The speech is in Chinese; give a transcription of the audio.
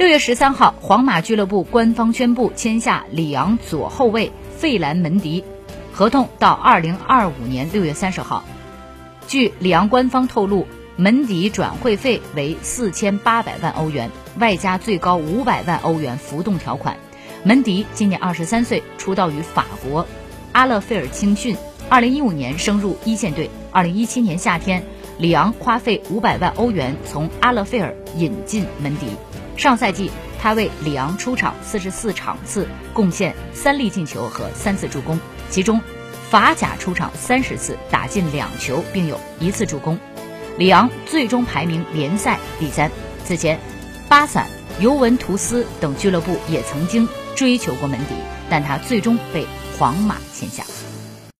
6月13号，皇马俱乐部官方宣布签下里昂左后卫费兰门迪，合同到2025年6月30号。据里昂官方透露，门迪转会费为4800万欧元，外加最高500万欧元浮动条款。门迪今年23岁，出道于法国阿勒费尔青训，2015年升入一线队。2017年夏天，里昂花费500万欧元从阿勒费尔引进门迪。上赛季他为里昂出场44场次，贡献3粒进球和3次助攻，其中法甲出场30次，打进2球，并有1次助攻。里昂最终排名联赛第3。此前，巴萨、尤文图斯等俱乐部也曾经追求过门迪，但他最终被皇马签下。